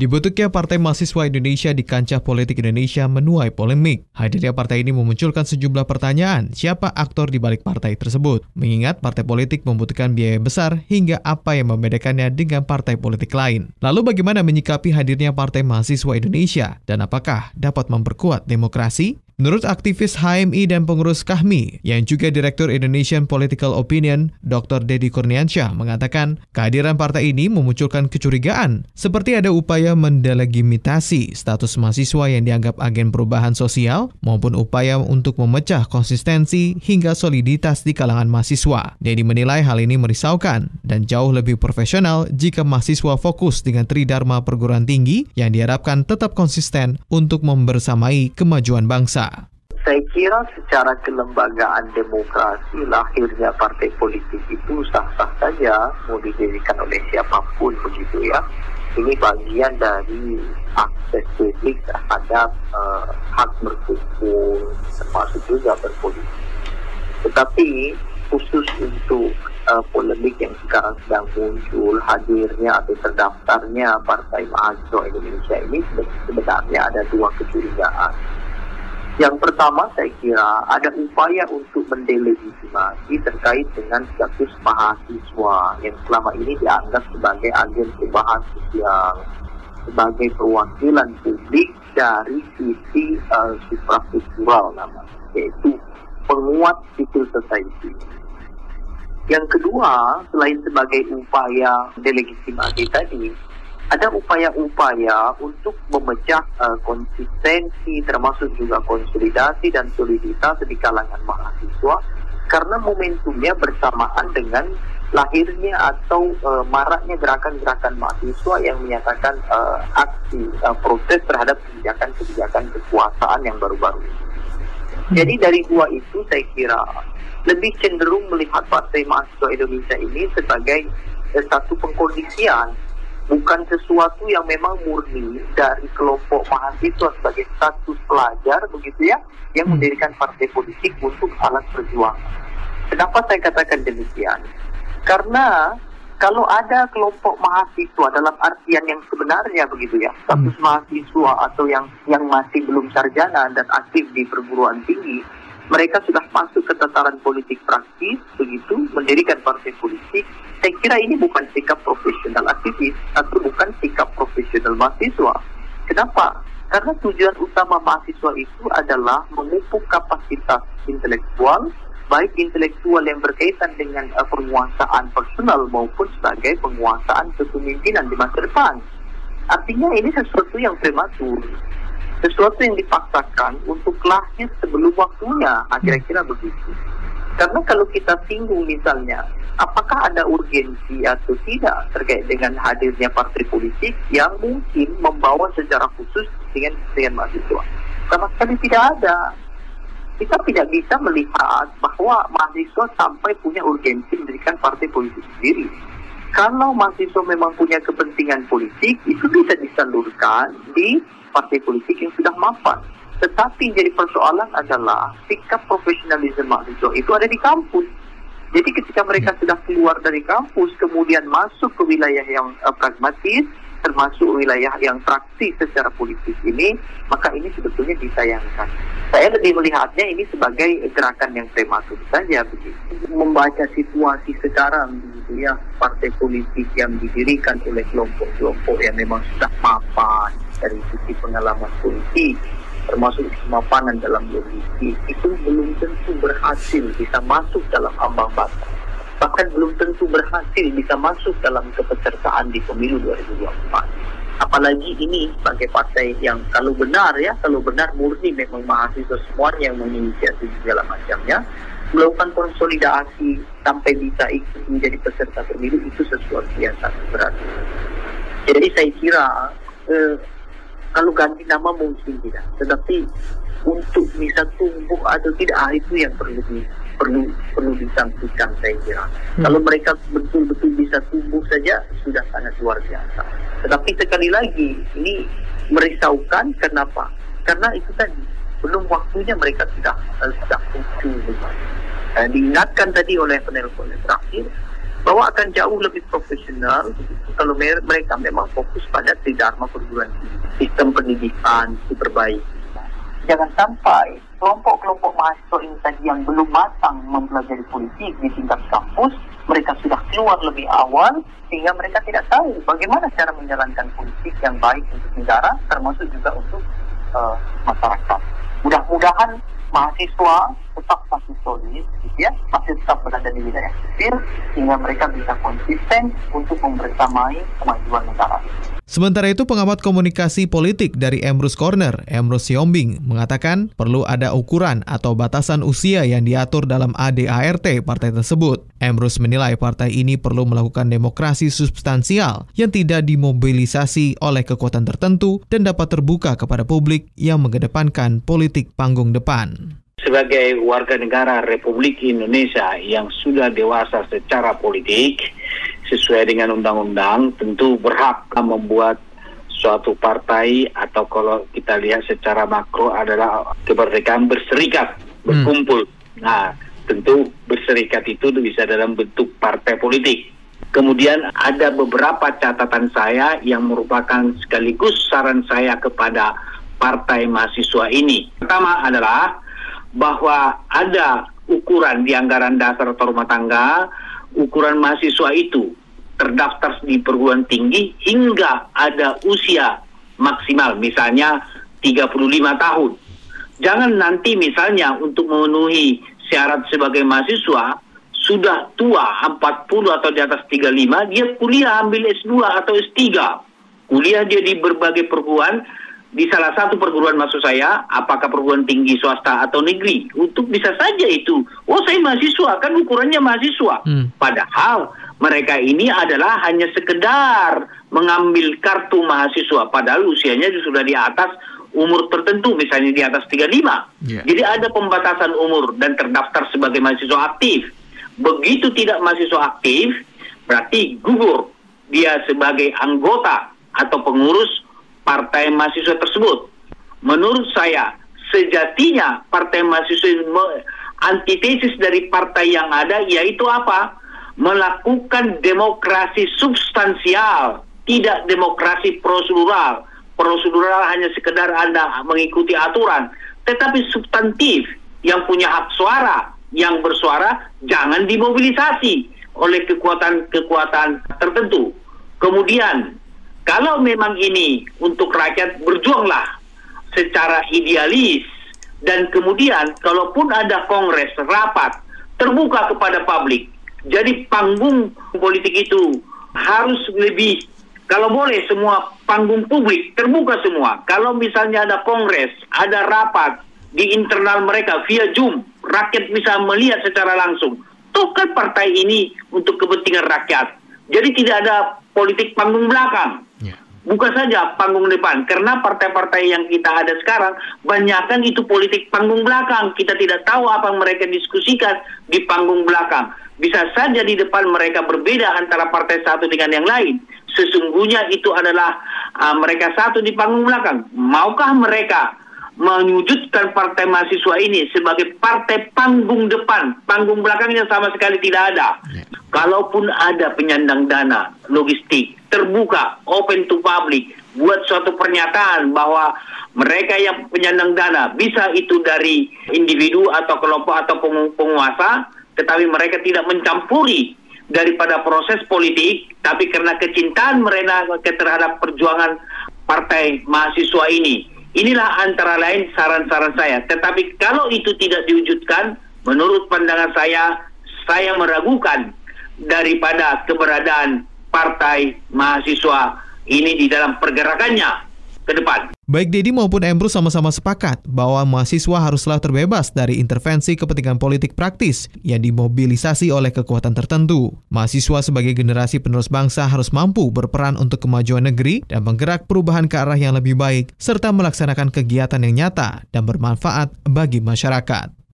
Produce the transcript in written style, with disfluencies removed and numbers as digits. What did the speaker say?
Dibentuknya Partai Mahasiswa Indonesia di kancah politik Indonesia menuai polemik. Hadirnya partai ini memunculkan sejumlah pertanyaan, siapa aktor di balik partai tersebut? Mengingat partai politik membutuhkan biaya besar hingga apa yang membedakannya dengan partai politik lain. Lalu bagaimana menyikapi hadirnya Partai Mahasiswa Indonesia dan apakah dapat memperkuat demokrasi? Menurut aktivis HMI dan pengurus KAHMI, yang juga Direktur Indonesian Political Opinion, Dr. Deddy Kurniansyah mengatakan, kehadiran partai ini memunculkan kecurigaan, seperti ada upaya mendelegitimasi status mahasiswa yang dianggap agen perubahan sosial, maupun upaya untuk memecah konsistensi hingga soliditas di kalangan mahasiswa. Deddy menilai hal ini merisaukan dan jauh lebih profesional jika mahasiswa fokus dengan tridharma perguruan tinggi yang diharapkan tetap konsisten untuk membersamai kemajuan bangsa. Saya kira secara kelembagaan demokrasi lahirnya partai politik itu sah-sah saja mau didirikan oleh siapapun begitu ya. Ini bagian dari akses publik terhadap hak berkumpul termasuk juga berpolitik. Tetapi khusus untuk polemik yang sekarang sedang muncul, hadirnya atau terdaftarnya Partai Mahasiswa Indonesia ini sebenarnya ada dua kecurigaan. Yang pertama, saya kira ada upaya untuk mendelegitimasi terkait dengan status mahasiswa yang selama ini dianggap sebagai agen perubahan sosial, sebagai perwakilan publik dari sisi suprastruktural namanya, yaitu penguat civil society. Yang kedua, selain sebagai upaya delegitimasi tadi, ada upaya-upaya untuk memecah konsistensi termasuk juga konsolidasi dan soliditas di kalangan mahasiswa karena momentumnya bersamaan dengan lahirnya atau maraknya gerakan-gerakan mahasiswa yang menyatakan aksi protes terhadap kebijakan-kebijakan kekuasaan yang baru-baru ini. Jadi dari dua itu saya kira lebih cenderung melihat Partai Mahasiswa Indonesia ini sebagai satu pengkondisian, bukan sesuatu yang memang murni dari kelompok mahasiswa sebagai status pelajar begitu ya, yang mendirikan partai politik untuk alat perjuangan. Kenapa saya katakan demikian? Karena kalau ada kelompok mahasiswa dalam artian yang sebenarnya begitu ya, status mahasiswa atau yang masih belum sarjana dan aktif di perguruan tinggi, mereka sudah masuk ke tataran politik praktis begitu, mendirikan partai politik. Saya kira ini bukan sikap profesional aktivis atau bukan sikap profesional mahasiswa. Kenapa? Karena tujuan utama mahasiswa itu adalah memupuk kapasitas intelektual, baik intelektual yang berkaitan dengan penguasaan personal maupun sebagai penguasaan kepemimpinan di masa depan. Artinya ini sesuatu yang prematur, sesuatu yang dipaksakan untuk lahir sebelum waktunya, kira-kira begitu. Karena kalau kita singgung misalnya, apakah ada urgensi atau tidak terkait dengan hadirnya partai politik yang mungkin membawa secara khusus dengan mahasiswa? Sama sekali tidak ada. Kita tidak bisa melihat bahwa mahasiswa sampai punya urgensi mendirikan partai politik sendiri. Kalau mahasiswa memang punya kepentingan politik, itu bisa disalurkan di partai politik yang sudah mapan. Tetapi jadi persoalan adalah sikap profesionalisme mahasiswa itu ada di kampus. Jadi ketika mereka sudah keluar dari kampus, kemudian masuk ke wilayah yang pragmatis, termasuk wilayah yang praktis secara politik ini, maka ini sebetulnya disayangkan. Saya lebih melihatnya ini sebagai gerakan yang prematur saja begitu. Membaca situasi sekarang begitu ya, partai politik yang didirikan oleh kelompok-kelompok yang memang sudah mapan dari sisi pengalaman politik, termasuk kemapanan dalam logistik, itu belum tentu berhasil bisa masuk dalam ambang batas. Bahkan belum tentu berhasil bisa masuk dalam kepesertaan di pemilu 2024. Apalagi ini sebagai partai yang kalau benar murni memang mahasiswa semuanya yang menginisiasi segala macamnya, melakukan konsolidasi sampai bisa ikut menjadi peserta pemilu itu sesuatu yang sangat berat. Jadi saya kira kalau ganti nama mungkin tidak, tetapi untuk bisa tumbuh atau tidak itu yang perlu disampaikan saya kira. Kalau mereka betul-betul bisa tumbuh saja sudah sangat luar biasa. Tetapi sekali lagi ini merisaukan. Kenapa? Karena itu tadi belum waktunya mereka sudah muncul. Diingatkan tadi oleh penelpon terakhir bahwa akan jauh lebih profesional kalau mereka memang fokus pada tridharma perguruan tinggi, sistem pendidikan diperbaiki. Jangan sampai kelompok-kelompok mahasiswa ini tadi yang belum matang mempelajari politik di tingkat kampus, mereka sudah keluar lebih awal sehingga mereka tidak tahu bagaimana cara menjalankan politik yang baik untuk negara, termasuk juga untuk masyarakat. Mudah-mudahan mahasiswa tetap masih solid, masih tetap berada di wilayah sipil, sehingga mereka bisa konsisten untuk membersamai kemajuan negara. Sementara itu, pengamat komunikasi politik dari Emrus Corner, Emrus Siombing, mengatakan perlu ada ukuran atau batasan usia yang diatur dalam ADART partai tersebut. Emrus menilai partai ini perlu melakukan demokrasi substansial yang tidak dimobilisasi oleh kekuatan tertentu dan dapat terbuka kepada publik yang mengedepankan politik panggung depan. Sebagai warga negara Republik Indonesia yang sudah dewasa secara politik, sesuai dengan undang-undang, tentu berhak membuat suatu partai, atau kalau kita lihat secara makro adalah kemerdekaan berserikat, berkumpul. Nah, tentu berserikat itu bisa dalam bentuk partai politik. Kemudian ada beberapa catatan saya yang merupakan sekaligus saran saya kepada partai mahasiswa ini. Pertama adalah bahwa ada ukuran di anggaran dasar atau rumah tangga, ukuran mahasiswa itu terdaftar di perguruan tinggi hingga ada usia maksimal, misalnya 35 tahun. Jangan nanti misalnya untuk memenuhi syarat sebagai mahasiswa sudah tua 40 atau di atas 35, dia kuliah ambil S2 atau S3. Kuliah dia di berbagai perguruan, di salah satu perguruan maksud saya, apakah perguruan tinggi swasta atau negeri, untuk bisa saja itu, saya mahasiswa, kan ukurannya mahasiswa. Padahal mereka ini adalah hanya sekedar mengambil kartu mahasiswa, padahal usianya sudah di atas umur tertentu, misalnya di atas 35. Jadi ada pembatasan umur dan terdaftar sebagai mahasiswa aktif. Begitu tidak mahasiswa aktif, berarti gugur dia sebagai anggota atau pengurus partai mahasiswa tersebut. Menurut saya, sejatinya partai mahasiswa antitesis dari partai yang ada yaitu apa? Melakukan demokrasi substansial, tidak demokrasi prosedural. Prosedural hanya sekedar Anda mengikuti aturan, tetapi substantif yang punya hak suara, yang bersuara jangan dimobilisasi oleh kekuatan-kekuatan tertentu. Kemudian kalau memang ini untuk rakyat, berjuanglah secara idealis. Dan kemudian kalaupun ada kongres, rapat, terbuka kepada publik. Jadi panggung politik itu harus lebih, kalau boleh semua panggung publik, terbuka semua. Kalau misalnya ada kongres, ada rapat di internal mereka via Zoom, rakyat bisa melihat secara langsung. Toh kan partai ini untuk kepentingan rakyat. Jadi tidak ada politik panggung belakang. Bukan saja panggung depan, karena partai-partai yang kita ada sekarang banyakkan itu politik panggung belakang. Kita tidak tahu apa yang mereka diskusikan di panggung belakang. Bisa saja di depan mereka berbeda antara partai satu dengan yang lain. Sesungguhnya itu adalah mereka satu di panggung belakang. Maukah mereka mewujudkan partai mahasiswa ini sebagai partai panggung depan? Panggung belakangnya sama sekali tidak ada. Kalaupun ada penyandang dana, logistik, terbuka, open to public, buat suatu pernyataan bahwa mereka yang penyandang dana, bisa itu dari individu atau kelompok atau penguasa, tetapi mereka tidak mencampuri daripada proses politik, tapi karena kecintaan mereka terhadap perjuangan partai mahasiswa ini. Inilah antara lain saran-saran saya. Tetapi kalau itu tidak diwujudkan, menurut pandangan saya meragukan daripada keberadaan partai mahasiswa ini di dalam pergerakannya ke depan. Baik Dedi maupun Emrus sama-sama sepakat bahwa mahasiswa haruslah terbebas dari intervensi kepentingan politik praktis yang dimobilisasi oleh kekuatan tertentu. Mahasiswa sebagai generasi penerus bangsa harus mampu berperan untuk kemajuan negeri dan menggerak perubahan ke arah yang lebih baik, serta melaksanakan kegiatan yang nyata dan bermanfaat bagi masyarakat.